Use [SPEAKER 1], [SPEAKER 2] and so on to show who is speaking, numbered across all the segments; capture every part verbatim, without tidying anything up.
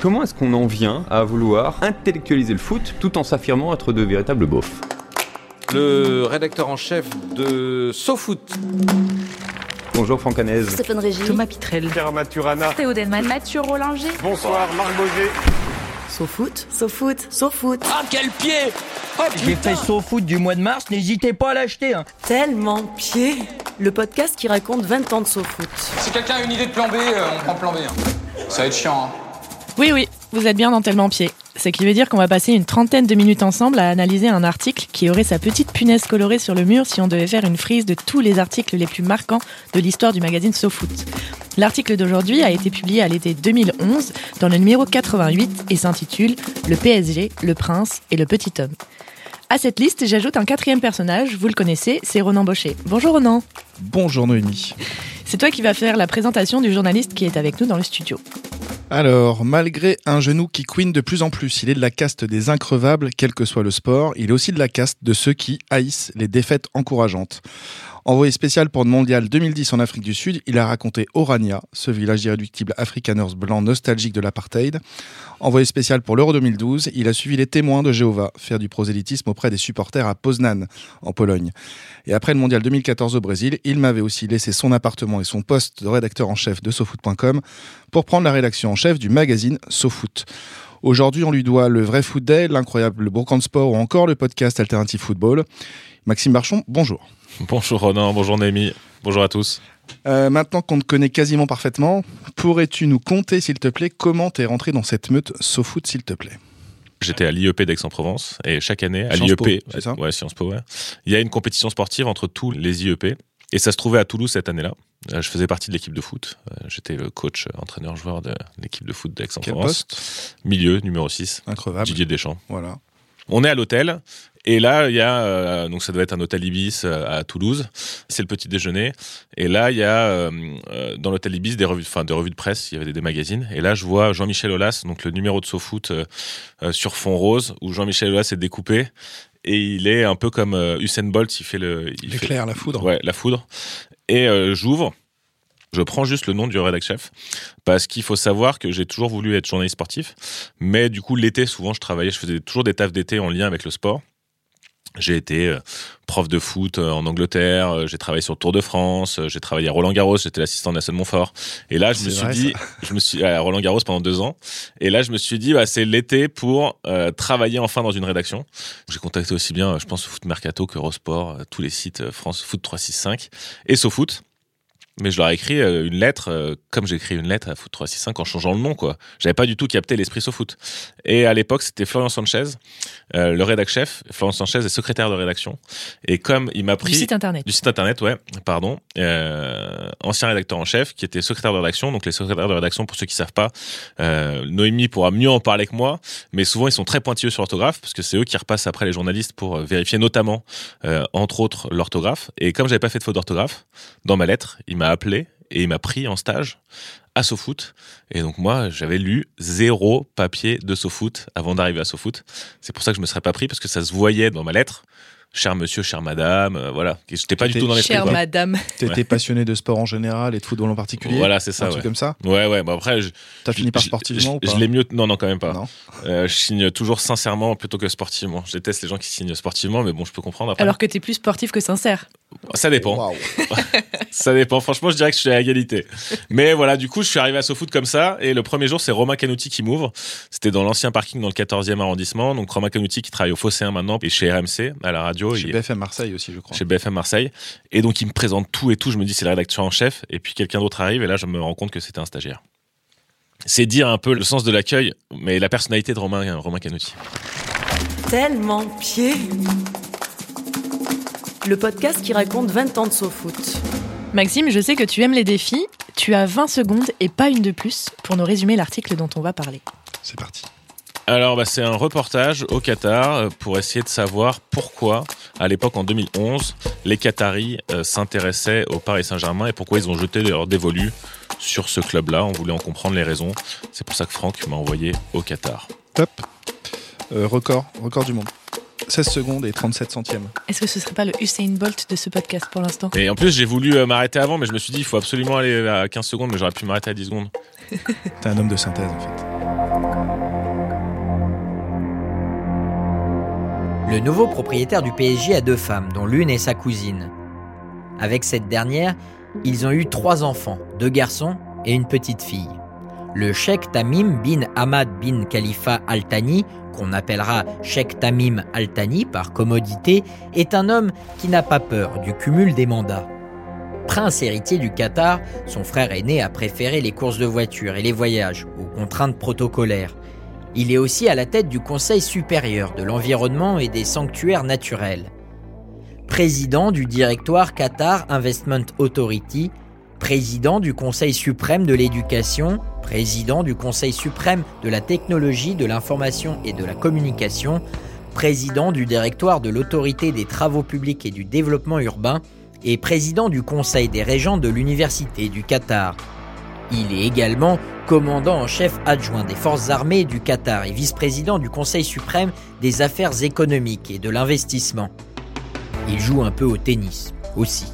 [SPEAKER 1] Comment est-ce qu'on en vient à vouloir intellectualiser le foot tout en s'affirmant être de véritables beaufs ?
[SPEAKER 2] Le rédacteur en chef de SoFoot.
[SPEAKER 1] Bonjour Franck Hanez.
[SPEAKER 3] Stéphane Régy.
[SPEAKER 4] Thomas Pitrel.
[SPEAKER 5] Pierre Maturana.
[SPEAKER 4] Théo Delman. Mathieu Rollinger.
[SPEAKER 5] Bonsoir Marc Boger.
[SPEAKER 3] SoFoot, SoFoot, SoFoot.
[SPEAKER 6] Ah quel pied! Oh,
[SPEAKER 7] J'ai fait SoFoot du mois de mars, n'hésitez pas à l'acheter. Hein.
[SPEAKER 3] Tellement pied. Le podcast qui raconte vingt ans de SoFoot.
[SPEAKER 6] Si quelqu'un a une idée de plan B, euh, on prend plan B. Hein. Ça va être chiant. Hein.
[SPEAKER 4] Oui, oui, vous êtes bien dans Tellement Pied. Ce qui veut dire qu'on va passer une trentaine de minutes ensemble à analyser un article qui aurait sa petite punaise colorée sur le mur si on devait faire une frise de tous les articles les plus marquants de l'histoire du magazine SoFoot. L'article d'aujourd'hui a été publié à l'été deux mille onze dans le numéro quatre-vingt-huit et s'intitule « Le P S G, le prince et le petit homme ». À cette liste, j'ajoute un quatrième personnage, vous le connaissez, c'est Ronan Baucher. Bonjour Ronan.
[SPEAKER 8] Bonjour Noémie.
[SPEAKER 4] C'est toi qui vas faire la présentation du journaliste qui est avec nous dans le studio.
[SPEAKER 8] Alors, malgré un genou qui couine de plus en plus, il est de la caste des increvables, quel que soit le sport. Il est aussi de la caste de ceux qui haïssent les défaites encourageantes. Envoyé spécial pour le mondial deux mille dix en Afrique du Sud, il a raconté Orania, ce village irréductible afrikaners blanc nostalgique de l'apartheid. Envoyé spécial pour l'Euro deux mille douze, il a suivi les témoins de Jéhovah faire du prosélytisme auprès des supporters à Poznan, en Pologne. Et après le mondial deux mille quatorze au Brésil, il m'avait aussi laissé son appartement et son poste de rédacteur en chef de SoFoot point com pour prendre la rédaction en chef du magazine SoFoot. Aujourd'hui, on lui doit le vrai Foot Day, l'incroyable Brocante Sport ou encore le podcast Alternative Football. Maxime Marchon, bonjour.
[SPEAKER 9] Bonjour Ronan, bonjour Noémie, bonjour à tous.
[SPEAKER 8] Euh, maintenant qu'on te connaît quasiment parfaitement, pourrais-tu nous conter, s'il te plaît, comment t'es rentré dans cette meute SoFoot, s'il te plaît ?
[SPEAKER 9] J'étais à l'I E P d'Aix-en-Provence et chaque année, à
[SPEAKER 8] Sciences
[SPEAKER 9] l'I E P,
[SPEAKER 8] Po, c'est ça ?
[SPEAKER 9] ouais, Sciences Po, ouais, il y a une compétition sportive entre tous les I E P et ça se trouvait à Toulouse cette année-là. Je faisais partie de l'équipe de foot. J'étais le coach, entraîneur-joueur de l'équipe de foot d'Aix-en-Provence.
[SPEAKER 8] Quel poste ?
[SPEAKER 9] Milieu, numéro six.
[SPEAKER 8] Incroyable.
[SPEAKER 9] Didier Deschamps.
[SPEAKER 8] Voilà.
[SPEAKER 9] On est à l'hôtel et là il y a euh, donc ça doit être un hôtel Ibis euh, à Toulouse. C'est le petit déjeuner et là il y a euh, dans l'hôtel Ibis des revues, enfin des revues de presse. Il y avait des, des magazines et là je vois Jean-Michel Aulas, donc le numéro de SoFoot euh, euh, sur fond rose où Jean-Michel Aulas est découpé et il est un peu comme euh, Usain Bolt. Il fait le il
[SPEAKER 8] l'éclair,
[SPEAKER 9] fait,
[SPEAKER 8] la foudre.
[SPEAKER 9] Ouais, la foudre. Et euh, j'ouvre. Je prends juste le nom du rédacteur chef parce qu'il faut savoir que j'ai toujours voulu être journaliste sportif, mais du coup l'été souvent je travaillais, je faisais toujours des tafs d'été en lien avec le sport. J'ai été euh, prof de foot euh, en Angleterre, euh, j'ai travaillé sur le Tour de France, euh, j'ai travaillé à Roland-Garros, j'étais l'assistant de Nasser Montfort. Et là je
[SPEAKER 8] c'est
[SPEAKER 9] me suis
[SPEAKER 8] vrai,
[SPEAKER 9] dit,
[SPEAKER 8] ça.
[SPEAKER 9] je me suis à Roland-Garros pendant deux ans. Et là je me suis dit, bah, c'est l'été pour euh, travailler enfin dans une rédaction. J'ai contacté aussi bien, je pense, Foot Mercato qu'Eurosport, euh, tous les sites euh, France Foot trois six cinq et SoFoot. Mais je leur ai écrit une lettre, comme j'ai écrit une lettre à Foot trois six cinq en changeant le nom, quoi. J'avais pas du tout capté l'esprit SoFoot. Et à l'époque, c'était Florian Sanchez, euh, le rédac chef. Florian Sanchez est secrétaire de rédaction. Et comme il m'a pris...
[SPEAKER 4] Du site internet.
[SPEAKER 9] Du site internet, ouais, pardon. Euh, ancien rédacteur en chef, qui était secrétaire de rédaction. Donc les secrétaires de rédaction, pour ceux qui savent pas, euh, Noémie pourra mieux en parler que moi. Mais souvent, ils sont très pointilleux sur l'orthographe, parce que c'est eux qui repassent après les journalistes pour vérifier notamment, euh, entre autres, l'orthographe. Et comme j'avais pas fait de faute d'orthographe, dans ma lettre, il m'a appelé et il m'a pris en stage à SoFoot. Et donc moi, j'avais lu zéro papier de SoFoot avant d'arriver à SoFoot. C'est pour ça que je me serais pas pris, parce que ça se voyait dans ma lettre. Cher monsieur, chère madame, euh, voilà. J'étais pas
[SPEAKER 8] T'étais
[SPEAKER 9] du tout dans l'esprit.
[SPEAKER 4] Chère
[SPEAKER 9] quoi.
[SPEAKER 4] madame.
[SPEAKER 8] T'étais
[SPEAKER 9] Ouais.
[SPEAKER 8] passionné de sport en général et de football en particulier.
[SPEAKER 9] Voilà, c'est ça.
[SPEAKER 8] Un
[SPEAKER 9] ouais.
[SPEAKER 8] truc comme ça.
[SPEAKER 9] Ouais, ouais. Bah après, je,
[SPEAKER 8] T'as fini par
[SPEAKER 9] je-
[SPEAKER 8] sportivement
[SPEAKER 9] je,
[SPEAKER 8] ou pas ?
[SPEAKER 9] Je l'ai mieux. Non, non, quand même pas.
[SPEAKER 8] Non.
[SPEAKER 9] Euh, je signe toujours sincèrement plutôt que sportivement. Je déteste les gens qui signent sportivement, mais bon, je peux comprendre. Après.
[SPEAKER 4] Alors que t'es plus sportif que sincère.
[SPEAKER 9] Ça dépend.
[SPEAKER 8] Waouh.
[SPEAKER 9] Ça dépend. Franchement, je dirais que je suis à égalité. Mais voilà, du coup, je suis arrivé à SoFoot comme ça. Et le premier jour, c'est Romain Canouti qui m'ouvre. C'était dans l'ancien parking dans le quatorzième arrondissement. Donc, Romain Canouti qui travaille au Phocéen maintenant et chez R M C à la radio.
[SPEAKER 8] Chez
[SPEAKER 9] il...
[SPEAKER 8] B F M Marseille aussi, je crois.
[SPEAKER 9] Chez B F M Marseille. Et donc, il me présente tout et tout. Je me dis, c'est le rédacteur en chef. Et puis, quelqu'un d'autre arrive. Et là, je me rends compte que c'était un stagiaire. C'est dire un peu le sens de l'accueil, mais la personnalité de Romain, Romain Canouti.
[SPEAKER 3] Tellement pied. Le podcast qui raconte vingt ans de SoFoot.
[SPEAKER 4] Maxime, je sais que tu aimes les défis. Tu as vingt secondes et pas une de plus pour nous résumer l'article dont on va parler.
[SPEAKER 8] C'est parti.
[SPEAKER 9] Alors, bah, c'est un reportage au Qatar pour essayer de savoir pourquoi, à l'époque en deux mille onze, les Qataris euh, s'intéressaient au Paris Saint-Germain et pourquoi ils ont jeté leur dévolu sur ce club-là. On voulait en comprendre les raisons. C'est pour ça que Franck m'a envoyé au Qatar.
[SPEAKER 8] Top. Euh, record, record du monde. seize secondes et trente-sept centièmes.
[SPEAKER 4] Est-ce que ce serait pas le Usain Bolt de ce podcast pour l'instant ?
[SPEAKER 9] Et en plus, j'ai voulu euh, m'arrêter avant, mais je me suis dit, il faut absolument aller à quinze secondes, mais j'aurais pu m'arrêter à dix secondes.
[SPEAKER 8] T'es un homme de synthèse, en fait.
[SPEAKER 10] Le nouveau propriétaire du P S G a deux femmes, dont l'une est sa cousine. Avec cette dernière, ils ont eu trois enfants, deux garçons et une petite fille. Le cheikh Tamim bin Hamad bin Khalifa Al Thani, qu'on appellera cheikh Tamim Al Thani par commodité, est un homme qui n'a pas peur du cumul des mandats. Prince héritier du Qatar, son frère aîné a préféré les courses de voitures et les voyages aux contraintes protocolaires. Il est aussi à la tête du Conseil supérieur de l'environnement et des sanctuaires naturels. Président du directoire Qatar Investment Authority, président du Conseil suprême de l'éducation, président du Conseil suprême de la technologie, de l'information et de la communication, président du directoire de l'autorité des travaux publics et du développement urbain et président du Conseil des régents de l'Université du Qatar. Il est également commandant en chef adjoint des forces armées du Qatar et vice-président du Conseil suprême des affaires économiques et de l'investissement. Il joue un peu au tennis, aussi.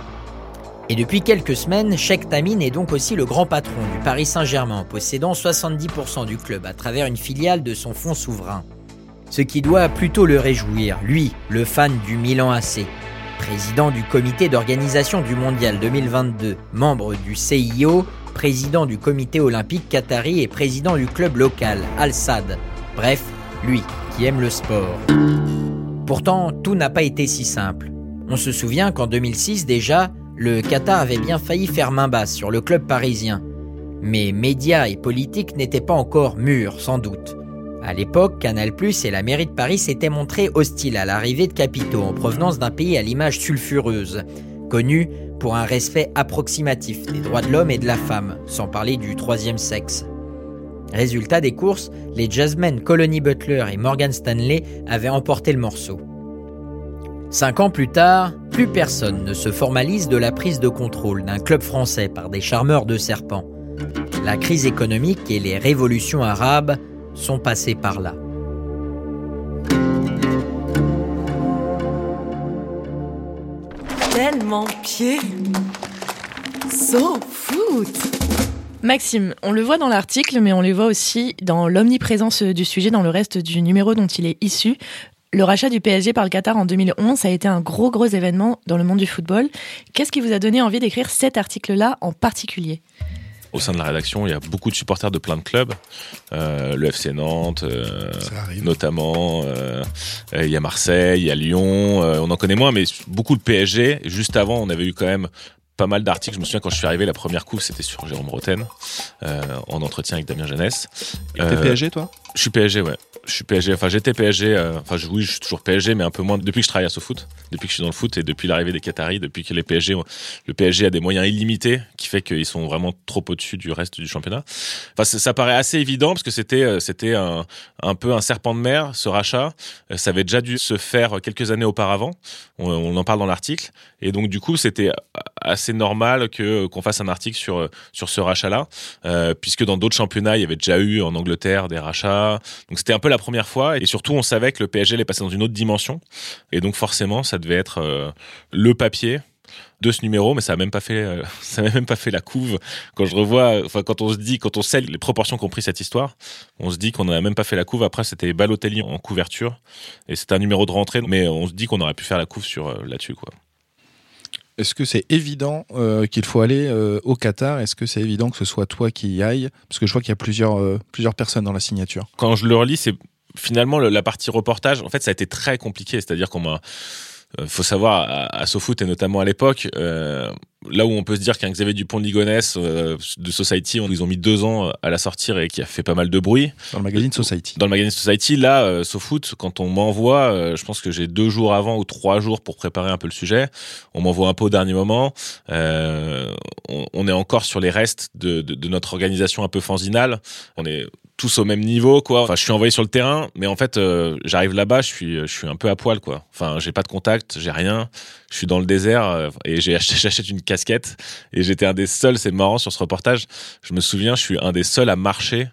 [SPEAKER 10] Et depuis quelques semaines, Cheikh Tamim est donc aussi le grand patron du Paris Saint-Germain, possédant soixante-dix pour cent du club à travers une filiale de son fonds souverain. Ce qui doit plutôt le réjouir, lui, le fan du Milan A C. Président du comité d'organisation du Mondial deux mille vingt-deux, membre du C I O, président du comité olympique qatari et président du club local, Al-Sadd. Bref, lui, qui aime le sport. Pourtant, tout n'a pas été si simple. On se souvient qu'en deux mille six déjà, le Qatar avait bien failli faire main basse sur le club parisien. Mais médias et politiques n'étaient pas encore mûrs, sans doute. À l'époque, Canal plus et la mairie de Paris s'étaient montrés hostiles à l'arrivée de capitaux en provenance d'un pays à l'image sulfureuse, connu pour un respect approximatif des droits de l'homme et de la femme, sans parler du troisième sexe. Résultat des courses, les jazzmen Colony Butler et Morgan Stanley avaient emporté le morceau. Cinq ans plus tard, plus personne ne se formalise de la prise de contrôle d'un club français par des charmeurs de serpents. La crise économique et les révolutions arabes sont passées par là.
[SPEAKER 3] Tellement pied. So foot.
[SPEAKER 4] Maxime, on le voit dans l'article, mais on le voit aussi dans l'omniprésence du sujet dans le reste du numéro dont il est issu. Le rachat du P S G par le Qatar en deux mille onze, ça a été un gros gros événement dans le monde du football. Qu'est-ce qui vous a donné envie d'écrire cet article-là en particulier ?
[SPEAKER 9] Au sein de la rédaction, il y a beaucoup de supporters de plein de clubs. Euh, le F C Nantes, euh, notamment. Euh, il y a Marseille, il y a Lyon. Euh, on en connaît moins, mais beaucoup de P S G. Juste avant, on avait eu quand même pas mal d'articles. Je me souviens quand je suis arrivé, la première couve, c'était sur Jérôme Roten, euh, en entretien avec Damien Jeunesse.
[SPEAKER 8] Euh, T'es P S G, toi ?
[SPEAKER 9] Je suis P S G, ouais. Je suis P S G, enfin j'étais P S G, euh, enfin je, oui je suis toujours P S G mais un peu moins depuis que je travaille à SoFoot, depuis que je suis dans le foot et depuis l'arrivée des Qataris, depuis que les P S G, le P S G a des moyens illimités qui fait qu'ils sont vraiment trop au-dessus du reste du championnat. Enfin ça, ça paraît assez évident parce que c'était c'était un, un peu un serpent de mer ce rachat, ça avait déjà dû se faire quelques années auparavant, on, on en parle dans l'article et donc du coup c'était assez normal que qu'on fasse un article sur sur ce rachat-là, euh, puisque dans d'autres championnats il y avait déjà eu en Angleterre des rachats, donc c'était un peu la première fois et surtout on savait que le P S G allait passer dans une autre dimension et donc forcément ça devait être euh, le papier de ce numéro, mais ça a même pas fait euh, ça a même pas fait la couve. Quand je revois, enfin quand on se dit, quand on sait les proportions qu'ont pris cette histoire, on se dit qu'on n'a même pas fait la couve. Après c'était Balotelli en couverture et c'était un numéro de rentrée, mais on se dit qu'on aurait pu faire la couve sur euh, là-dessus quoi.
[SPEAKER 8] Est-ce que c'est évident euh, qu'il faut aller euh, au Qatar ? Est-ce que c'est évident que ce soit toi qui y ailles ? Parce que je vois qu'il y a plusieurs, euh, plusieurs personnes dans la signature.
[SPEAKER 9] Quand je le relis, c'est finalement le, la partie reportage. En fait, ça a été très compliqué. C'est-à-dire qu'on m'a... Euh, faut savoir, à, à SoFoot et notamment à l'époque, euh, là où on peut se dire qu'un Xavier Dupont de Ligonnès euh, de Society, on, ils ont mis deux ans à la sortir et qui a fait pas mal de bruit.
[SPEAKER 8] Dans le magazine Society.
[SPEAKER 9] Dans le magazine Society, là, euh, SoFoot, quand on m'envoie, euh, je pense que j'ai deux jours avant ou trois jours pour préparer un peu le sujet. On m'envoie un peu au dernier moment. Euh, on, on est encore sur les restes de, de, de notre organisation un peu fanzinale. On est tous au même niveau, quoi. Enfin, je suis envoyé sur le terrain, mais en fait, euh, j'arrive là-bas, je suis, je suis un peu à poil, quoi. Enfin, j'ai pas de contact, j'ai rien. Je suis dans le désert euh, et j'ai acheté, j'achète une casquette et j'étais un des seuls. C'est marrant sur ce reportage. Je me souviens, je suis un des seuls à marcher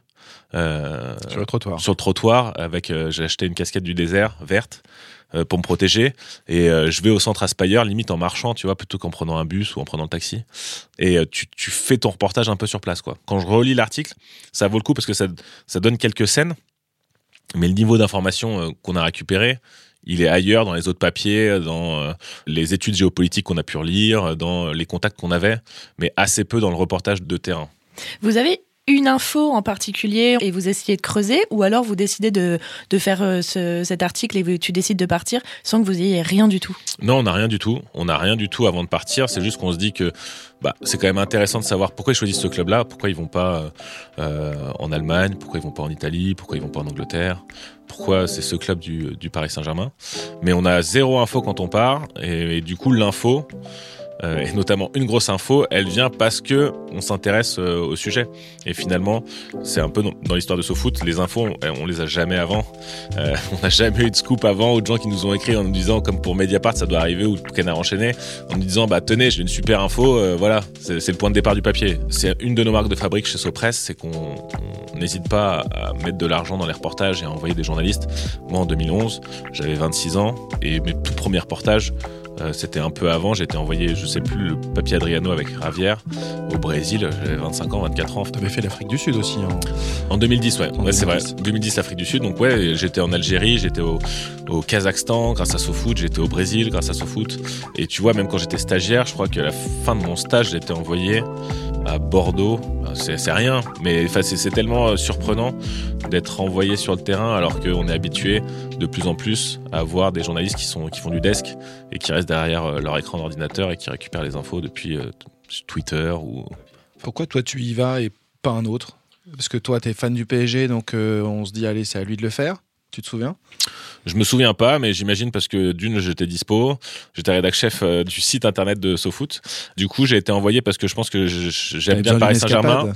[SPEAKER 9] Euh,
[SPEAKER 8] sur le trottoir.
[SPEAKER 9] Sur le trottoir, avec euh, j'ai acheté une casquette du désert verte euh, pour me protéger, et euh, je vais au centre Aspire limite en marchant, tu vois, plutôt qu'en prenant un bus ou en prenant le taxi. Et euh, tu, tu fais ton reportage un peu sur place, quoi. Quand je relis l'article, ça vaut le coup parce que ça, ça donne quelques scènes, mais le niveau d'information euh, qu'on a récupéré, il est ailleurs dans les autres papiers, dans euh, les études géopolitiques qu'on a pu relire, dans les contacts qu'on avait, mais assez peu dans le reportage de terrain.
[SPEAKER 4] Vous avez une info en particulier et vous essayez de creuser, ou alors vous décidez de, de faire euh, ce, cet article et vous, tu décides de partir sans que vous ayez rien du tout?
[SPEAKER 9] Non, on n'a rien du tout. On n'a rien du tout avant de partir. C'est juste qu'on se dit que bah, c'est quand même intéressant de savoir pourquoi ils choisissent ce club-là, pourquoi ils vont pas euh, en Allemagne, pourquoi ils vont pas en Italie, pourquoi ils vont pas en Angleterre, pourquoi c'est ce club du, du Paris Saint-Germain. Mais on a zéro info quand on part, et, et du coup l'info, Euh, et notamment une grosse info, elle vient parce que on s'intéresse euh, au sujet. Et finalement, c'est un peu dans, dans l'histoire de SoFoot, les infos, on, on les a jamais avant. Euh, on n'a jamais eu de scoop avant, ou de gens qui nous ont écrit en nous disant, comme pour Mediapart, ça doit arriver, ou Canard enchaîné, en nous disant, bah tenez, j'ai une super info, euh, voilà, c'est, c'est le point de départ du papier. C'est une de nos marques de fabrique chez SoPress, c'est qu'on n'hésite pas à mettre de l'argent dans les reportages et à envoyer des journalistes. Moi, en deux mille onze, j'avais vingt-six ans, et mes tout premiers reportages, Euh, c'était un peu avant, j'ai été envoyé, je sais plus, le papier Adriano avec Ravière au Brésil, j'avais vingt-cinq ans, vingt-quatre ans.
[SPEAKER 8] T'avais fait l'Afrique du Sud aussi en,
[SPEAKER 9] en deux mille dix, ouais,
[SPEAKER 8] en
[SPEAKER 9] ouais c'est
[SPEAKER 8] deux mille dix.
[SPEAKER 9] vrai, deux mille dix Afrique du Sud, donc ouais, j'étais en Algérie, j'étais au, au Kazakhstan grâce à SoFoot, j'étais au Brésil grâce à SoFoot, et tu vois, même quand j'étais stagiaire, je crois qu'à la fin de mon stage, j'étais envoyé à Bordeaux, c'est, c'est rien, mais c'est, c'est tellement surprenant d'être envoyé sur le terrain alors qu'on est habitué de plus en plus à voir des journalistes qui, sont, qui font du desk et qui restent derrière leur écran d'ordinateur et qui récupèrent les infos depuis euh, Twitter ou...
[SPEAKER 8] Pourquoi toi tu y vas et pas un autre? Parce que toi t'es fan du P S G, donc euh, on se dit allez, c'est à lui de le faire. Tu te souviens?
[SPEAKER 9] Je me souviens pas, mais j'imagine parce que d'une, j'étais dispo, j'étais rédac chef euh, du site internet de SoFoot. Du coup, j'ai été envoyé parce que je pense que je, j'aime bien le Paris Saint-Germain.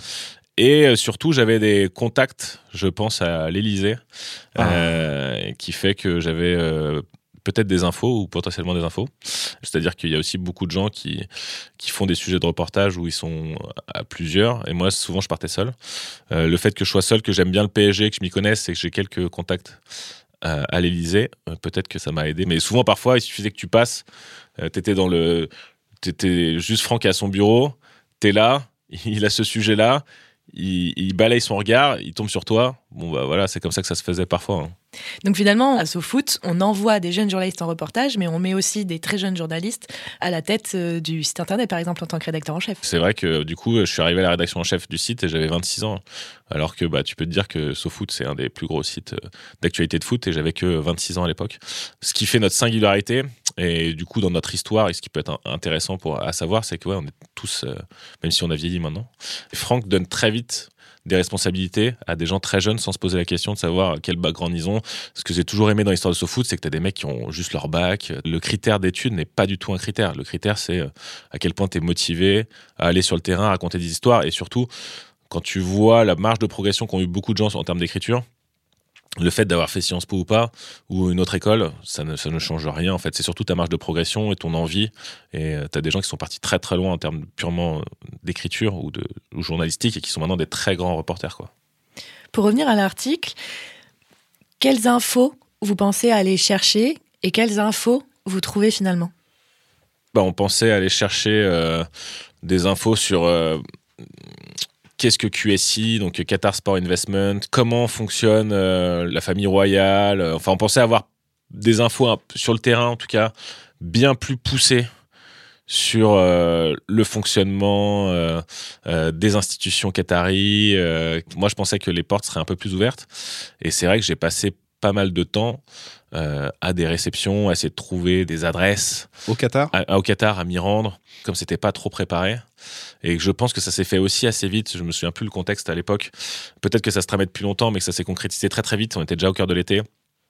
[SPEAKER 9] Et surtout, j'avais des contacts, je pense, à l'Élysée, ah. euh, qui fait que j'avais euh, peut-être des infos ou potentiellement des infos. C'est-à-dire qu'il y a aussi beaucoup de gens qui, qui font des sujets de reportage où ils sont à plusieurs. Et moi, souvent, je partais seul. Euh, le fait que je sois seul, que j'aime bien le P S G, que je m'y connaisse et que j'ai quelques contacts à, à l'Élysée, euh, peut-être que ça m'a aidé. Mais souvent, parfois, il suffisait que tu passes, euh, t'étais dans le... T'étais juste Franck à son bureau, t'es là, il a ce sujet-là, Il, il balaye son regard, il tombe sur toi. Bon, bah voilà, c'est comme ça que ça se faisait parfois. Hein.
[SPEAKER 4] Donc finalement, à SoFoot, on envoie des jeunes journalistes en reportage, mais on met aussi des très jeunes journalistes à la tête euh, du site internet, par exemple, en tant que rédacteur en chef.
[SPEAKER 9] C'est vrai que du coup, je suis arrivé à la rédaction en chef du site et j'avais vingt-six ans. Alors que bah, tu peux te dire que SoFoot, c'est un des plus gros sites d'actualité de foot et j'avais que vingt-six ans à l'époque. Ce qui fait notre singularité et du coup, dans notre histoire, et ce qui peut être intéressant pour, à savoir, c'est que ouais, on est tous, euh, même si on a vieilli maintenant, et Franck donne très vite des responsabilités à des gens très jeunes sans se poser la question de savoir quel background ils ont. Ce que j'ai toujours aimé dans l'histoire de SoFoot, c'est que tu as des mecs qui ont juste leur bac. Le critère d'études n'est pas du tout un critère. Le critère, c'est à quel point tu es motivé à aller sur le terrain, à raconter des histoires. Et surtout, quand tu vois la marge de progression qu'ont eu beaucoup de gens en termes d'écriture, le fait d'avoir fait Sciences Po ou pas, ou une autre école, ça ne, ça ne change rien en fait. C'est surtout ta marge de progression et ton envie. Et tu as des gens qui sont partis très très loin en termes purement d'écriture ou de ou journalistique et qui sont maintenant des très grands reporters, quoi.
[SPEAKER 4] Pour revenir à l'article, quelles infos vous pensez aller chercher et quelles infos vous trouvez finalement?
[SPEAKER 9] Bah, on pensait aller chercher euh, des infos sur... Euh, Qu'est-ce que Q S I, donc Qatar Sport Investment, comment fonctionne euh, la famille royale. Enfin, on pensait avoir des infos hein, sur le terrain, en tout cas, bien plus poussées sur euh, le fonctionnement euh, euh, des institutions qataries. Euh, moi, je pensais que les portes seraient un peu plus ouvertes. Et c'est vrai que j'ai passé pas mal de temps euh, à des réceptions, à essayer de trouver des adresses.
[SPEAKER 8] Au Qatar
[SPEAKER 9] à, à, Au Qatar, à m'y rendre, comme c'était pas trop préparé. Et je pense que ça s'est fait aussi assez vite. Je me souviens plus le contexte à l'époque. Peut-être que ça se tramait depuis longtemps, mais que ça s'est concrétisé très très vite. On était déjà au cœur de l'été.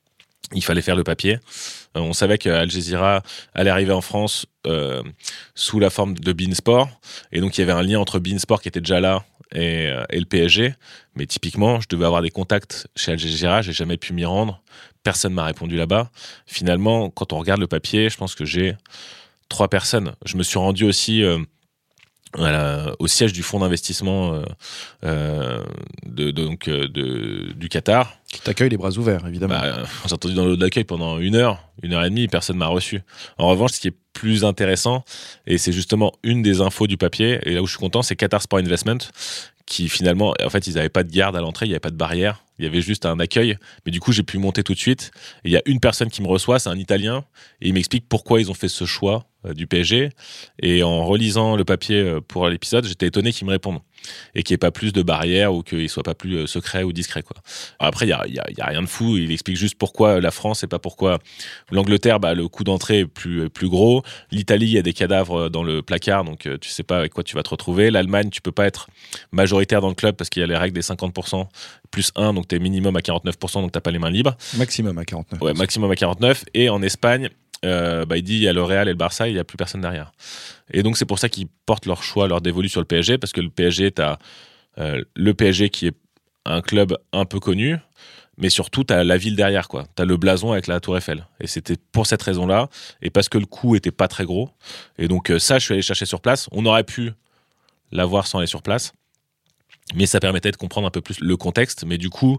[SPEAKER 9] Il fallait faire le papier. Euh, on savait qu'Al Jazeera allait arriver en France euh, sous la forme de beIN Sport. Et donc, il y avait un lien entre beIN Sport qui était déjà là et, euh, et le P S G. Mais typiquement, je devais avoir des contacts chez Al Jazeera. J'ai jamais pu m'y rendre. Personne m'a répondu là-bas. Finalement, quand on regarde le papier, je pense que j'ai trois personnes. Je me suis rendu aussi... Euh, Voilà, au siège du fonds d'investissement euh, euh, de, donc, euh, de, du Qatar.
[SPEAKER 8] Qui t'accueille les bras ouverts, évidemment.
[SPEAKER 9] Bah, on s'est entendu dans l'eau d'accueil pendant une heure, une heure et demie, personne m'a reçu. En revanche, ce qui est plus intéressant, et c'est justement une des infos du papier, et là où je suis content, c'est Qatar Sport Investment, qui finalement, en fait, ils n'avaient pas de garde à l'entrée, il n'y avait pas de barrière, il y avait juste un accueil, mais du coup, j'ai pu monter tout de suite. Et il y a une personne qui me reçoit, c'est un Italien, et il m'explique pourquoi ils ont fait ce choix euh, du P S G. Et en relisant le papier euh, pour l'épisode, j'étais étonné qu'il me réponde. Et qu'il n'y ait pas plus de barrières ou qu'il ne soit pas plus euh, secret ou discret, quoi. Alors après, il n'y a, y a, y a rien de fou, il explique juste pourquoi la France et pas pourquoi l'Angleterre, bah, le coût d'entrée est plus, plus gros. L'Italie, il y a des cadavres dans le placard, donc euh, tu ne sais pas avec quoi tu vas te retrouver. L'Allemagne, tu ne peux pas être majoritaire dans le club parce qu'il y a les règles des cinquante pour cent plus un, donc tu es minimum à quarante-neuf pour cent, donc tu n'as pas les mains libres.
[SPEAKER 8] Maximum à quarante-neuf pour cent.
[SPEAKER 9] Ouais, maximum à quarante-neuf. Et en Espagne, euh, bah, il dit il y a le Real et le Barça, il n'y a plus personne derrière. Et donc c'est pour ça qu'ils portent leur choix, leur dévolu sur le P S G, parce que le P S G, tu as euh, le P S G qui est un club un peu connu, mais surtout tu as la ville derrière, quoi. Tu as le blason avec la Tour Eiffel. Et c'était pour cette raison-là, et parce que le coût était pas très gros. Et donc euh, ça, je suis allé chercher sur place. On aurait pu l'avoir sans aller sur place, mais ça permettait de comprendre un peu plus le contexte. Mais du coup,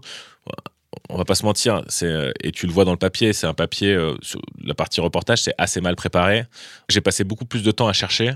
[SPEAKER 9] on va pas se mentir, c'est, et tu le vois dans le papier, c'est un papier, euh, sur la partie reportage, c'est assez mal préparé. J'ai passé beaucoup plus de temps à chercher,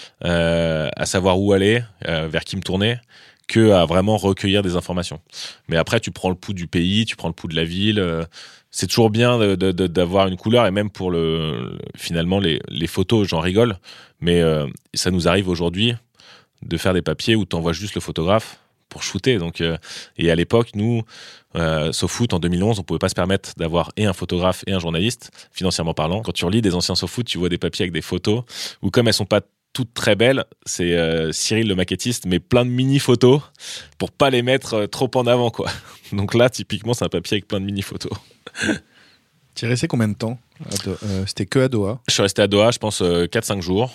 [SPEAKER 9] euh, à savoir où aller, euh, vers qui me tourner, que à vraiment recueillir des informations. Mais après, tu prends le pouls du pays, tu prends le pouls de la ville. Euh, c'est toujours bien de, de, de, d'avoir une couleur, et même pour le, finalement les, les photos, j'en rigole, mais euh, ça nous arrive aujourd'hui de faire des papiers où tu envoies juste le photographe pour shooter. Donc, euh, et à l'époque, nous, euh, SoFoot, en deux mille onze, on pouvait pas se permettre d'avoir et un photographe et un journaliste, financièrement parlant. Quand tu relis des anciens SoFoot, tu vois des papiers avec des photos où, comme elles sont pas toutes très belles, c'est euh, Cyril le maquettiste met plein de mini photos pour pas les mettre euh, trop en avant, quoi. Donc là, typiquement, c'est un papier avec plein de mini photos.
[SPEAKER 8] Tu es resté combien de temps à Do- euh, C'était que à Doha?
[SPEAKER 9] Je suis resté à Doha, je pense, euh, quatre cinq jours.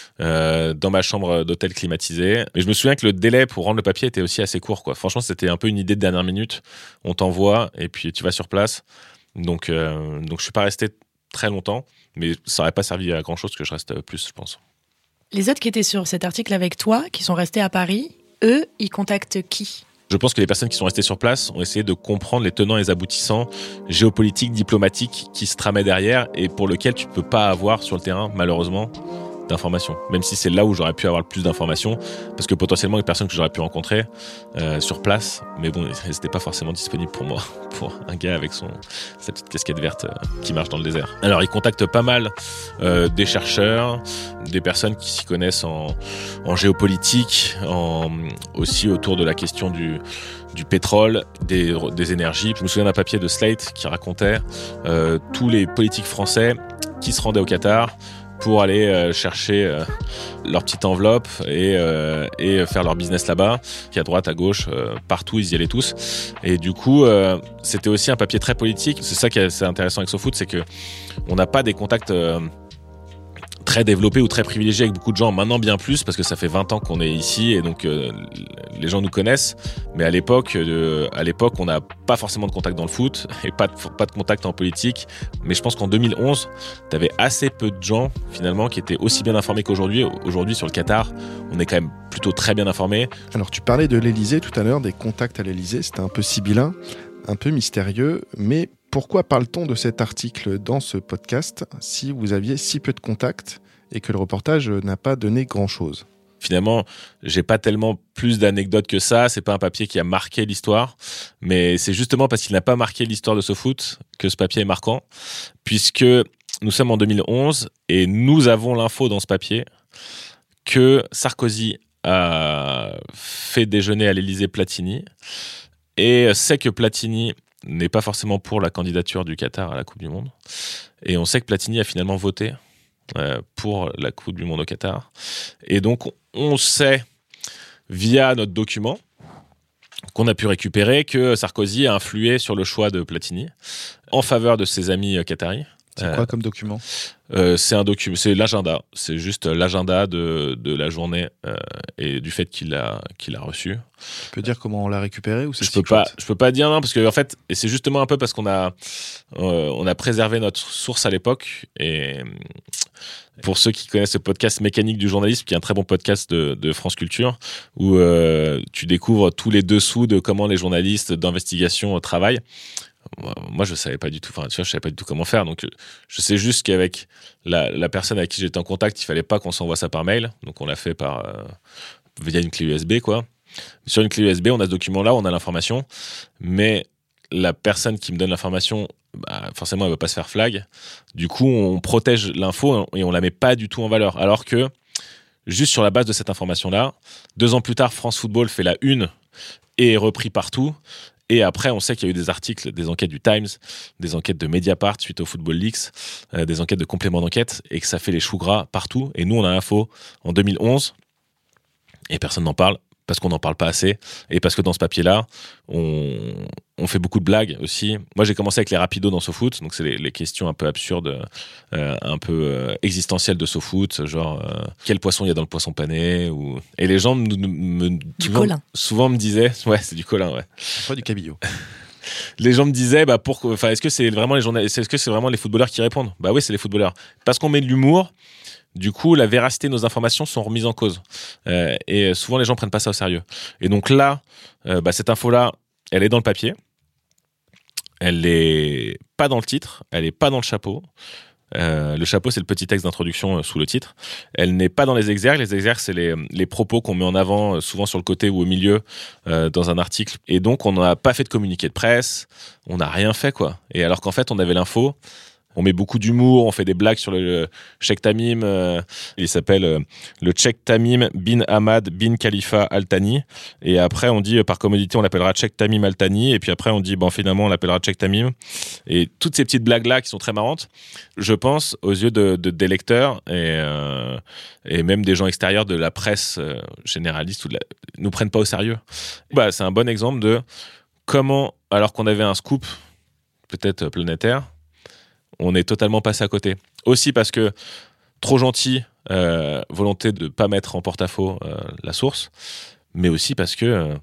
[SPEAKER 9] Euh, dans ma chambre d'hôtel climatisée. Mais je me souviens que le délai pour rendre le papier était aussi assez court, quoi. Franchement, c'était un peu une idée de dernière minute. On t'envoie et puis tu vas sur place. Donc, euh, donc je suis pas resté très longtemps, mais ça aurait pas servi à grand chose que je reste plus, je pense.
[SPEAKER 4] Les autres qui étaient sur cet article avec toi, qui sont restés à Paris, eux, ils contactent qui ?
[SPEAKER 9] Je pense que les personnes qui sont restées sur place ont essayé de comprendre les tenants et les aboutissants géopolitiques, diplomatiques qui se tramaient derrière et pour lesquels tu peux pas avoir sur le terrain, malheureusement, d'informations. Même si c'est là où j'aurais pu avoir le plus d'informations, parce que potentiellement les personnes que j'aurais pu rencontrer euh, sur place, mais bon, elles n'étaient pas forcément disponibles pour moi, pour un gars avec son, sa petite casquette verte euh, qui marche dans le désert. Alors ils contactent pas mal euh, des chercheurs, des personnes qui s'y connaissent en, en géopolitique, en, aussi autour de la question du du pétrole, des, des énergies. Je me souviens d'un papier de Slate qui racontait euh, tous les politiques français qui se rendaient au Qatar pour aller euh, chercher euh, leur petite enveloppe et, euh, et faire leur business là-bas, qui à droite, à gauche, euh, partout, ils y allaient tous. Et du coup, euh, c'était aussi un papier très politique. C'est ça qui est assez intéressant avec SoFoot, c'est que on n'a pas des contacts euh, très développés ou très privilégiés avec beaucoup de gens, maintenant bien plus, parce que ça fait vingt ans qu'on est ici et donc euh, les gens nous connaissent. Mais à l'époque, euh, à l'époque, on n'a pas forcément de contact dans le foot et pas de, pas de contact en politique. Mais je pense qu'en deux mille onze, tu avais assez peu de gens finalement qui étaient aussi bien informés qu'aujourd'hui. Aujourd'hui, sur le Qatar, on est quand même plutôt très bien informés.
[SPEAKER 8] Alors, tu parlais de l'Elysée tout à l'heure, des contacts à l'Elysée. C'était un peu sibyllin, un peu mystérieux, mais pourquoi parle-t-on de cet article dans ce podcast si vous aviez si peu de contacts et que le reportage n'a pas donné grand-chose ?
[SPEAKER 9] Finalement, j'ai pas tellement plus d'anecdotes que ça. C'est pas un papier qui a marqué l'histoire, mais c'est justement parce qu'il n'a pas marqué l'histoire de SoFoot que ce papier est marquant, puisque nous sommes en deux mille onze et nous avons l'info dans ce papier que Sarkozy a fait déjeuner à l'Élysée Platini et sait que Platini n'est pas forcément pour la candidature du Qatar à la Coupe du Monde. Et on sait que Platini a finalement voté euh, pour la Coupe du Monde au Qatar. Et donc, on sait, via notre document, qu'on a pu récupérer, que Sarkozy a influé sur le choix de Platini en faveur de ses amis qataris.
[SPEAKER 8] C'est
[SPEAKER 9] Euh,
[SPEAKER 8] quoi comme document ?
[SPEAKER 9] Euh, c'est un document, c'est l'agenda. C'est juste l'agenda de, de la journée euh, et du fait qu'il a qu'il a reçu.
[SPEAKER 8] Tu peux dire comment on l'a récupéré ou c'est
[SPEAKER 9] Je peux pas, je peux pas dire non parce que en fait, et c'est justement un peu parce qu'on a euh, on a préservé notre source à l'époque. Et pour ceux qui connaissent le podcast Mécanique du journalisme, qui est un très bon podcast de, de France Culture, où euh, tu découvres tous les dessous de comment les journalistes d'investigation travaillent. Moi, je savais pas du tout. Enfin, tu vois, je savais pas du tout comment faire. Donc, je sais juste qu'avec la, la personne avec qui j'étais en contact, il fallait pas qu'on s'envoie ça par mail. Donc, on l'a fait par euh, via une clé U S B, quoi. Sur une clé U S B, on a ce document-là, on a l'information, mais la personne qui me donne l'information, bah, forcément, elle va pas se faire flag. Du coup, on protège l'info et on la met pas du tout en valeur. Alors que, juste sur la base de cette information-là, deux ans plus tard, France Football fait la une et est repris partout. Et après, on sait qu'il y a eu des articles, des enquêtes du Times, des enquêtes de Mediapart suite au Football Leaks, euh, des enquêtes de complément d'enquête, et que ça fait les choux gras partout. Et nous, on a l'info en deux mille onze, et personne n'en parle, parce qu'on n'en parle pas assez, et parce que dans ce papier-là, on, on fait beaucoup de blagues aussi. Moi, j'ai commencé avec les rapidos dans SoFoot, donc c'est les, les questions un peu absurdes, euh, un peu euh, existentielles de SoFoot, genre euh, quel poisson il y a dans le poisson pané, ou... et les gens me, me,
[SPEAKER 4] Du
[SPEAKER 9] souvent,
[SPEAKER 4] colin.
[SPEAKER 9] souvent me disaient, ouais, c'est du colin, ouais.
[SPEAKER 8] Pas du cabillaud.
[SPEAKER 9] Les gens me disaient, bah pour, enfin, est-ce que c'est vraiment les journalistes, est-ce que c'est vraiment les footballeurs qui répondent ? Bah oui, c'est les footballeurs, parce qu'on met de l'humour. Du coup, la véracité de nos informations sont remises en cause. Euh, et souvent, les gens prennent pas ça au sérieux. Et donc là, euh, bah, cette info-là, elle est dans le papier. Elle est pas dans le titre. Elle est pas dans le chapeau. Euh, le chapeau, c'est le petit texte d'introduction euh, sous le titre. Elle n'est pas dans les exergues. Les exergues, c'est les, les propos qu'on met en avant, euh, souvent sur le côté ou au milieu, euh, dans un article. Et donc, on n'a pas fait de communiqué de presse. On n'a rien fait, quoi. Et alors qu'en fait, on avait l'info. On met beaucoup d'humour, on fait des blagues sur le Cheikh Tamim. Euh, il s'appelle euh, le Cheikh Tamim bin Ahmad bin Khalifa Al Thani. Et après, on dit, euh, par commodité, on l'appellera Cheikh Tamim Al Thani. Et puis après, on dit, bon, finalement, on l'appellera Cheikh Tamim. Et toutes ces petites blagues-là qui sont très marrantes, je pense, aux yeux de, de, des lecteurs et, euh, et même des gens extérieurs de la presse euh, généraliste, ou de la, nous prennent pas au sérieux. Bah, c'est un bon exemple de comment, alors qu'on avait un scoop, peut-être planétaire, on est totalement passé à côté. Aussi parce que trop gentil, euh, volonté de pas mettre en porte-à-faux euh, la source, mais aussi parce que euh,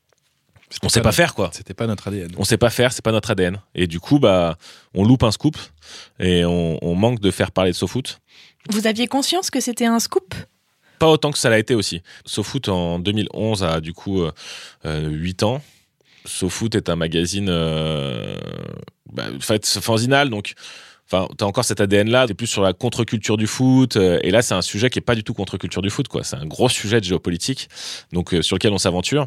[SPEAKER 9] on sait pas, pas faire, quoi.
[SPEAKER 8] C'était pas notre A D N.
[SPEAKER 9] On sait pas faire, c'est pas notre A D N. Et du coup, bah, on loupe un scoop et on, on manque de faire parler de SoFoot.
[SPEAKER 4] Vous aviez conscience que c'était un scoop ?
[SPEAKER 9] Pas autant que ça l'a été aussi. SoFoot en deux mille onze a du coup euh, huit ans. SoFoot est un magazine euh, bah, en fait, fanzinal, donc enfin, t'as encore cet A D N-là, t'es plus sur la contre-culture du foot, euh, et là, c'est un sujet qui est pas du tout contre-culture du foot, quoi. C'est un gros sujet de géopolitique, donc euh, sur lequel on s'aventure,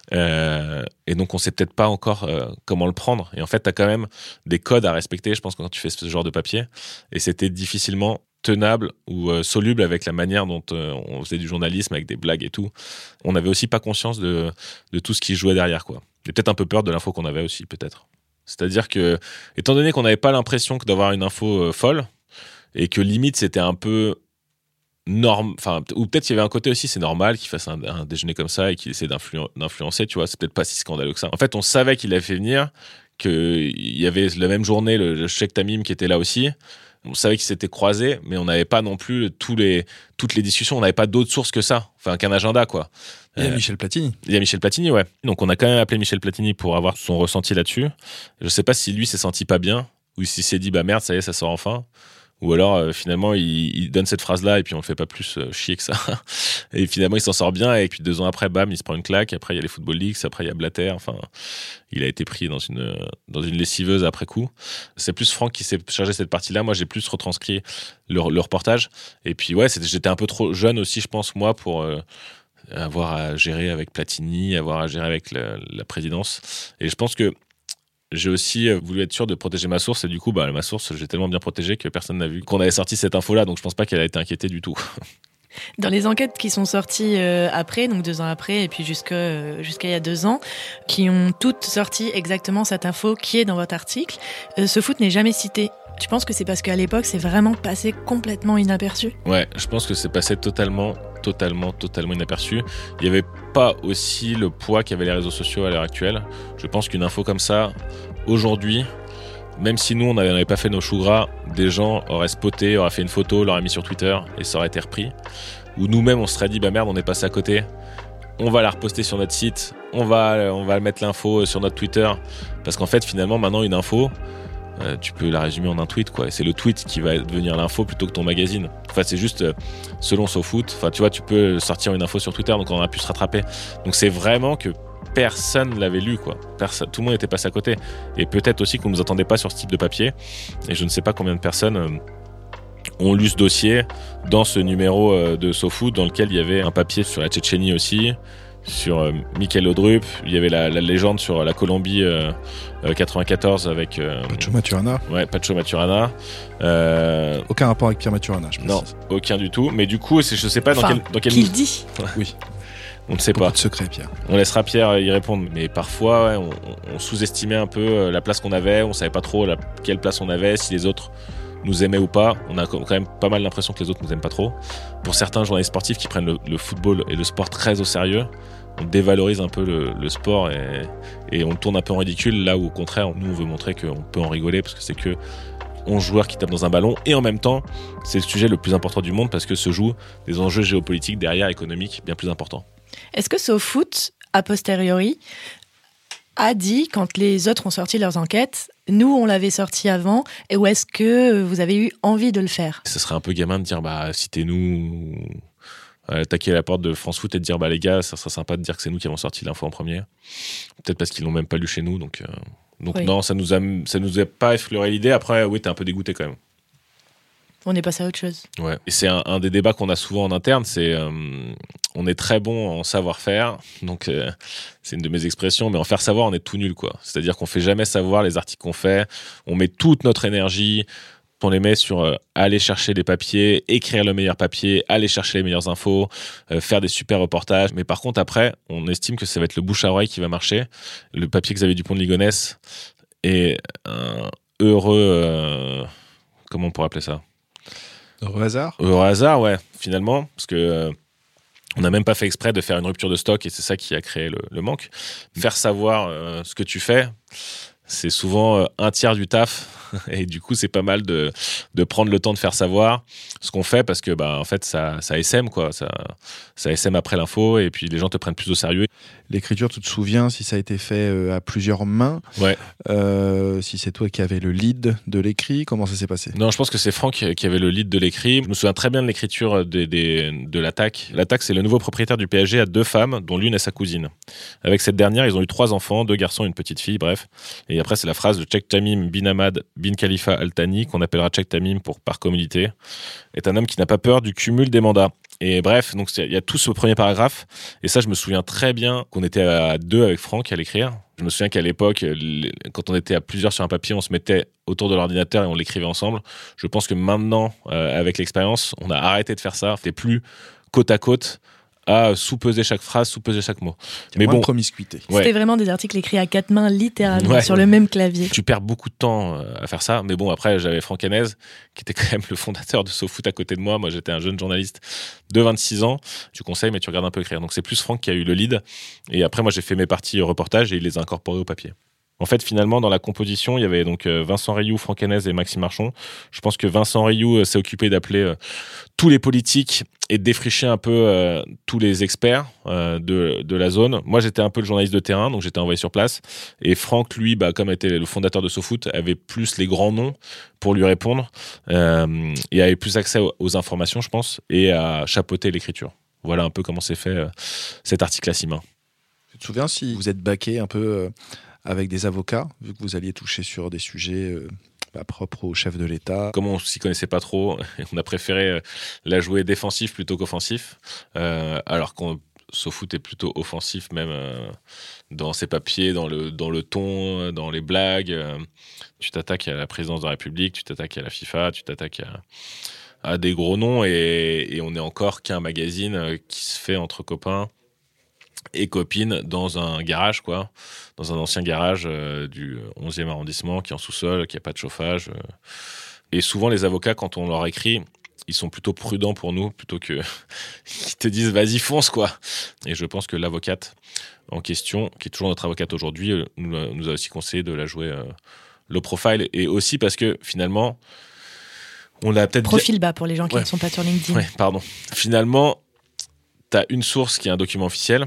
[SPEAKER 9] euh, et donc on sait peut-être pas encore euh, comment le prendre. Et en fait, t'as quand même des codes à respecter, je pense, quand tu fais ce genre de papier, et c'était difficilement tenable ou euh, soluble avec la manière dont euh, on faisait du journalisme avec des blagues et tout. On n'avait aussi pas conscience de, de tout ce qui jouait derrière, quoi. Et peut-être un peu peur de l'info qu'on avait aussi, peut-être. C'est-à-dire que, étant donné qu'on n'avait pas l'impression que d'avoir une info euh, folle, et que limite c'était un peu norme, enfin, ou peut-être qu'il y avait un côté aussi, c'est normal qu'il fasse un, un déjeuner comme ça et qu'il essaie d'influ- d'influencer, tu vois, c'est peut-être pas si scandaleux que ça. En fait, on savait qu'il avait fait venir, qu'il y avait la même journée le, le Cheikh Tamim qui était là aussi. On savait qu'ils s'étaient croisés, mais on n'avait pas non plus tous les, toutes les discussions. On n'avait pas d'autres sources que ça, enfin qu'un agenda, quoi.
[SPEAKER 8] Il y a
[SPEAKER 9] euh,
[SPEAKER 8] Michel Platini.
[SPEAKER 9] Il y a Michel Platini, ouais. Donc on a quand même appelé Michel Platini pour avoir son ressenti là-dessus. Je sais pas si lui s'est senti pas bien ou s'il s'est dit bah merde, ça y est, ça sort enfin. Ou alors euh, finalement il, il donne cette phrase-là et puis on le fait pas plus euh, chier que ça. Et finalement il s'en sort bien et puis deux ans après, bam, il se prend une claque. Après il y a les Football Leaks, après il y a Blatter. Enfin, il a été pris dans une dans une lessiveuse après coup. C'est plus Franck qui s'est chargé de cette partie-là. Moi j'ai plus retranscrit le, le reportage. Et puis ouais, c'était, j'étais un peu trop jeune aussi, je pense moi pour euh, avoir à gérer avec Platini, avoir à gérer avec la, la présidence. Et je pense que j'ai aussi voulu être sûr de protéger ma source et du coup, bah, ma source, j'ai tellement bien protégée que personne n'a vu qu'on avait sorti cette info-là, donc je pense pas qu'elle a été inquiétée du tout.
[SPEAKER 4] Dans les enquêtes qui sont sorties euh, après, donc deux ans après, et puis jusqu'à euh, jusqu'à il y a deux ans, qui ont toutes sorti exactement cette info qui est dans votre article, euh, SoFoot n'est jamais cité. Tu penses que c'est parce qu'à l'époque, c'est vraiment passé complètement inaperçu ?
[SPEAKER 9] Ouais, je pense que c'est passé totalement, totalement, totalement inaperçu. Il n'y avait pas aussi le poids qu'avaient les réseaux sociaux à l'heure actuelle. Je pense qu'une info comme ça, aujourd'hui, même si nous on n'avait pas fait nos choux gras, des gens auraient spoté, auraient fait une photo, l'auraient mis sur Twitter et ça aurait été repris. Ou nous-mêmes on se serait dit bah merde on est passé à côté, on va la reposter sur notre site, on va, on va mettre l'info sur notre Twitter, parce qu'en fait finalement maintenant une info, euh, tu peux la résumer en un tweet quoi, et c'est le tweet qui va devenir l'info plutôt que ton magazine. Enfin c'est juste euh, selon SoFoot, enfin tu vois tu peux sortir une info sur Twitter donc on a pu se rattraper. Donc c'est vraiment que personne l'avait lu quoi, personne, tout le monde était passé à côté, et peut-être aussi qu'on nous attendait pas sur ce type de papier, et je ne sais pas combien de personnes euh, ont lu ce dossier dans ce numéro euh, de SoFoot dans lequel il y avait un papier sur la Tchétchénie aussi, sur euh, Michael Laudrup, il y avait la, la légende sur la Colombie euh, euh, quatre-vingt-quatorze avec euh,
[SPEAKER 8] Pacho Maturana.
[SPEAKER 9] Ouais, Pacho Maturana. Euh...
[SPEAKER 8] Aucun rapport avec Pierre Maturana, je pense.
[SPEAKER 9] Non, aucun du tout. Mais du coup, c'est, je sais pas
[SPEAKER 4] enfin,
[SPEAKER 9] dans quel, dans quel.
[SPEAKER 4] Qui le dit ?
[SPEAKER 8] Oui.
[SPEAKER 9] On ne sait
[SPEAKER 8] Beaucoup
[SPEAKER 9] pas.
[SPEAKER 8] de secrets, Pierre.
[SPEAKER 9] On laissera Pierre y répondre. Mais parfois, ouais, on, on sous-estimait un peu la place qu'on avait. On savait pas trop la, quelle place on avait, si les autres nous aimaient ou pas. On a quand même pas mal l'impression que les autres nous aiment pas trop. Pour certains journalistes sportifs qui prennent le, le football et le sport très au sérieux, on dévalorise un peu le, le sport et, et on le tourne un peu en ridicule, là où au contraire, nous on veut montrer qu'on peut en rigoler parce que c'est que onze joueurs qui tapent dans un ballon, et en même temps, c'est le sujet le plus important du monde parce que se jouent des enjeux géopolitiques derrière, économiques, bien plus importants.
[SPEAKER 4] Est-ce que SoFoot, a posteriori, a dit, quand les autres ont sorti leurs enquêtes, nous on l'avait sorti avant, et ou est-ce que vous avez eu envie de le faire ?
[SPEAKER 9] Ce serait un peu gamin de dire, bah, citez-nous, attaquer la porte de France Foot et de dire, bah les gars, ça serait sympa de dire que c'est nous qui avons sorti l'info en premier. Peut-être parce qu'ils l'ont même pas lu chez nous, donc, euh, donc oui. non, ça nous a, ça nous a pas effleuré l'idée. Après, oui, t'es un peu dégoûté quand même.
[SPEAKER 4] On est passé à autre chose.
[SPEAKER 9] Ouais. Et c'est un, un des débats qu'on a souvent en interne, c'est euh, on est très bon en savoir-faire, donc euh, c'est une de mes expressions, mais en faire savoir, on est tout nul, quoi. C'est-à-dire qu'on fait jamais savoir les articles qu'on fait, on met toute notre énergie, on les met sur euh, aller chercher des papiers, écrire le meilleur papier, aller chercher les meilleures infos, euh, faire des super reportages. Mais par contre, après, on estime que ça va être le bouche à oreille qui va marcher. Le papier Xavier Dupont de Ligonnès est un heureux... Euh, comment on pourrait appeler ça ?
[SPEAKER 8] Heureux hasard ?
[SPEAKER 9] Heureux hasard, ouais, finalement, parce que euh, on n'a même pas fait exprès de faire une rupture de stock et c'est ça qui a créé le, le manque. Faire savoir euh, ce que tu fais, c'est souvent euh, un tiers du taf et du coup c'est pas mal de, de prendre le temps de faire savoir ce qu'on fait parce que bah, en fait ça, ça S M quoi, ça, ça S M après l'info et puis les gens te prennent plus au sérieux.
[SPEAKER 8] L'écriture, tu te souviens si ça a été fait euh, à plusieurs mains ?
[SPEAKER 9] Ouais.
[SPEAKER 8] Euh, si c'est toi qui avais le lead de l'écrit, comment ça s'est passé ?
[SPEAKER 9] Non, je pense que c'est Franck qui avait le lead de l'écrit. Je me souviens très bien de l'écriture des, des, de l'Attaque. L'Attaque, c'est le nouveau propriétaire du P S G à deux femmes, dont l'une est sa cousine. Avec cette dernière, ils ont eu trois enfants, deux garçons et une petite fille, bref. Et après, c'est la phrase de Cheikh Tamim bin Hamad bin Khalifa Al Thani, qu'on appellera Cheikh Tamim pour par commodité, est un homme qui n'a pas peur du cumul des mandats. Et bref, donc il y a tout ce premier paragraphe. Et ça, je me souviens très bien qu'on était à deux avec Franck à l'écrire. Je me souviens qu'à l'époque, quand on était à plusieurs sur un papier, on se mettait autour de l'ordinateur et on l'écrivait ensemble. Je pense que maintenant, euh, avec l'expérience, on a arrêté de faire ça. C'était plus côte à côte à sous-peser chaque phrase, sous-peser chaque mot.
[SPEAKER 8] Mais bon, promiscuité.
[SPEAKER 9] Ouais.
[SPEAKER 4] C'était vraiment des articles écrits à quatre mains, littéralement,
[SPEAKER 9] ouais.
[SPEAKER 4] sur le même clavier.
[SPEAKER 9] Tu perds beaucoup de temps à faire ça, mais bon, après, j'avais Franck Hanez, qui était quand même le fondateur de SoFoot à côté de moi. Moi, j'étais un jeune journaliste de vingt-six ans. Tu conseilles, mais tu regardes un peu écrire. Donc, c'est plus Franck qui a eu le lead. Et après, moi, j'ai fait mes parties reportage et il les a incorporées au papier. En fait, finalement, dans la composition, il y avait donc Vincent Rioux, Franck Hanez et Maxime Marchon. Je pense que Vincent Rioux s'est occupé d'appeler euh, tous les politiques et de défricher un peu euh, tous les experts euh, de, de la zone. Moi, j'étais un peu le journaliste de terrain, donc j'étais envoyé sur place. Et Franck, lui, bah, comme était le fondateur de SoFoot, avait plus les grands noms pour lui répondre euh, et avait plus accès aux, aux informations, je pense, et à chapeauter l'écriture. Voilà un peu comment s'est fait euh, cet article à six mains.
[SPEAKER 8] Tu te souviens si vous êtes baqué un peu... Euh... avec des avocats, vu que vous alliez toucher sur des sujets euh, bah, propres au chef de l'État.
[SPEAKER 9] Comme on s'y connaissait pas trop, on a préféré la jouer défensif plutôt qu'offensif, euh, alors qu'on SoFoot est plutôt offensif même euh, dans ses papiers, dans le, dans le ton, dans les blagues. Euh, tu t'attaques à la présidence de la République, tu t'attaques à la FIFA, tu t'attaques à, à des gros noms et, et on est encore qu'un magazine qui se fait entre copains et copines dans un garage, quoi, dans un ancien garage euh, du onzième arrondissement qui est en sous-sol, qui n'a pas de chauffage. Euh. Et souvent, les avocats, quand on leur écrit, ils sont plutôt prudents pour nous, plutôt que qu'ils te disent « vas-y, fonce », quoi. Et je pense que l'avocate en question, qui est toujours notre avocate aujourd'hui, nous, nous a aussi conseillé de la jouer euh, low profile, et aussi parce que finalement, on a peut-être...
[SPEAKER 4] Profil bas pour les gens qui
[SPEAKER 9] ouais.
[SPEAKER 4] ne sont pas sur LinkedIn.
[SPEAKER 9] Ouais, pardon. Finalement, tu as une source qui est un document officiel,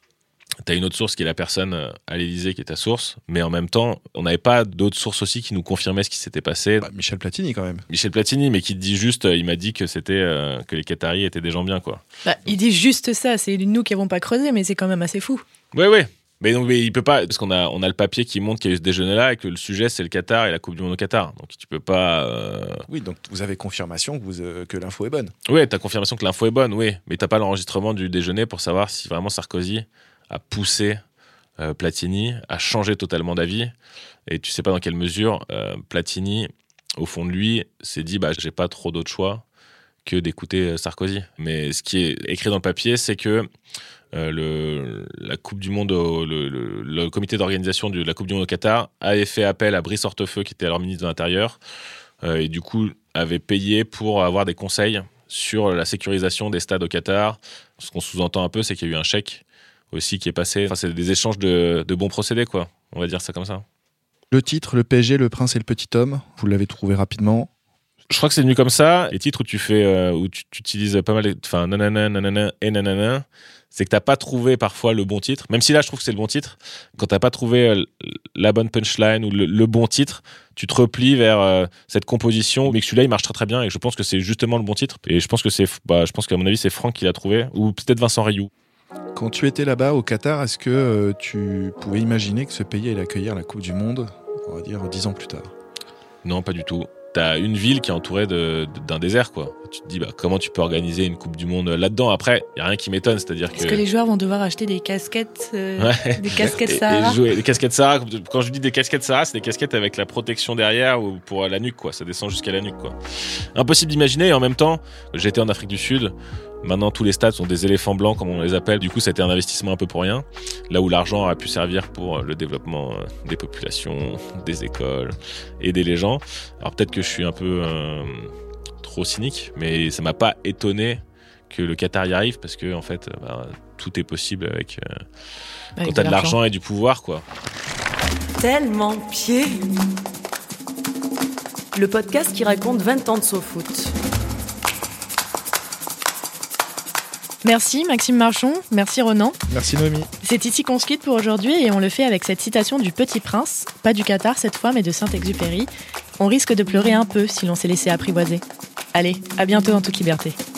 [SPEAKER 9] tu as une autre source qui est la personne à l'Élysée qui est ta source, mais en même temps, on n'avait pas d'autres sources aussi qui nous confirmaient ce qui s'était passé.
[SPEAKER 8] Bah, Michel Platini quand même.
[SPEAKER 9] Michel Platini, mais qui te dit juste, il m'a dit que c'était euh, que les Qataris étaient des gens bien, quoi.
[SPEAKER 4] Bah, il dit juste ça, c'est nous qui n'avons pas creusé, mais c'est quand même assez fou.
[SPEAKER 9] Ouais, ouais. Mais donc, mais il peut pas, parce qu'on a, on a le papier qui montre qu'il y a eu ce déjeuner-là et que le sujet c'est le Qatar et la Coupe du Monde au Qatar. Donc tu peux pas. Euh...
[SPEAKER 8] Oui, donc vous avez confirmation que, vous, euh, que l'info est bonne.
[SPEAKER 9] Oui, t'as confirmation que l'info est bonne, oui. Mais t'as pas l'enregistrement du déjeuner pour savoir si vraiment Sarkozy a poussé euh, Platini à changer totalement d'avis. Et tu sais pas dans quelle mesure euh, Platini, au fond de lui, s'est dit bah j'ai pas trop d'autre choix que d'écouter Sarkozy. Mais ce qui est écrit dans le papier, c'est que Euh, le, la Coupe du Monde, au, le, le, le comité d'organisation de la Coupe du Monde au Qatar avait fait appel à Brice Hortefeux, qui était alors ministre de l'Intérieur, euh, et du coup avait payé pour avoir des conseils sur la sécurisation des stades au Qatar. Ce qu'on sous-entend un peu, c'est qu'il y a eu un chèque aussi qui est passé. Enfin, c'est des échanges de, de bons procédés, quoi. On va dire ça comme ça.
[SPEAKER 8] Le titre, le P S G, le prince et le petit homme, vous l'avez trouvé rapidement.
[SPEAKER 9] Je crois que c'est venu comme ça. Les titres où tu fais, euh, où tu, tu utilises pas mal, enfin nanana, nanana et nanana, c'est que t'as pas trouvé parfois le bon titre. Même si là, je trouve que c'est le bon titre. Quand t'as pas trouvé euh, la bonne punchline ou le, le bon titre, tu te replies vers euh, cette composition. Mais que celui-là, il marche très très bien et je pense que c'est justement le bon titre. Et je pense que c'est, bah, je pense qu'à mon avis, c'est Franck qui l'a trouvé ou peut-être Vincent Rioux.
[SPEAKER 8] Quand tu étais là-bas au Qatar, est-ce que euh, tu pouvais imaginer que ce pays allait accueillir la Coupe du Monde, on va dire dix ans plus tard?
[SPEAKER 9] Non, pas du tout. T'as une ville qui est entourée de, de, d'un désert, quoi. Tu te dis, bah, comment tu peux organiser une Coupe du Monde là-dedans? Après, il n'y a rien qui m'étonne, c'est-à-dire que...
[SPEAKER 4] Est-ce que les joueurs vont devoir acheter des casquettes, euh,
[SPEAKER 9] ouais.
[SPEAKER 4] des casquettes
[SPEAKER 9] et,
[SPEAKER 4] Sahara
[SPEAKER 9] et jouer, des casquettes Sahara, quand je dis des casquettes Sahara, c'est des casquettes avec la protection derrière ou pour la nuque, quoi. Ça descend jusqu'à la nuque, quoi. Impossible d'imaginer, et en même temps, j'étais en Afrique du Sud. Maintenant, tous les stades sont des éléphants blancs, comme on les appelle. Du coup, ça a été un investissement un peu pour rien. Là où l'argent aurait pu servir pour le développement des populations, des écoles, aider les gens. Alors peut-être que je suis un peu euh, trop cynique, mais ça m'a pas étonné que le Qatar y arrive parce que en fait, bah, tout est possible avec, euh, avec quand t'as de l'argent. l'argent et du pouvoir, quoi.
[SPEAKER 3] Tellement pied. Le podcast qui raconte vingt ans de SoFoot.
[SPEAKER 4] Merci Maxime Marchon, merci Ronan.
[SPEAKER 8] Merci Noémie.
[SPEAKER 4] C'est ici qu'on se quitte pour aujourd'hui et on le fait avec cette citation du Petit Prince, pas du Qatar cette fois mais de Saint-Exupéry. On risque de pleurer un peu si l'on s'est laissé apprivoiser. Allez, à bientôt en toute liberté.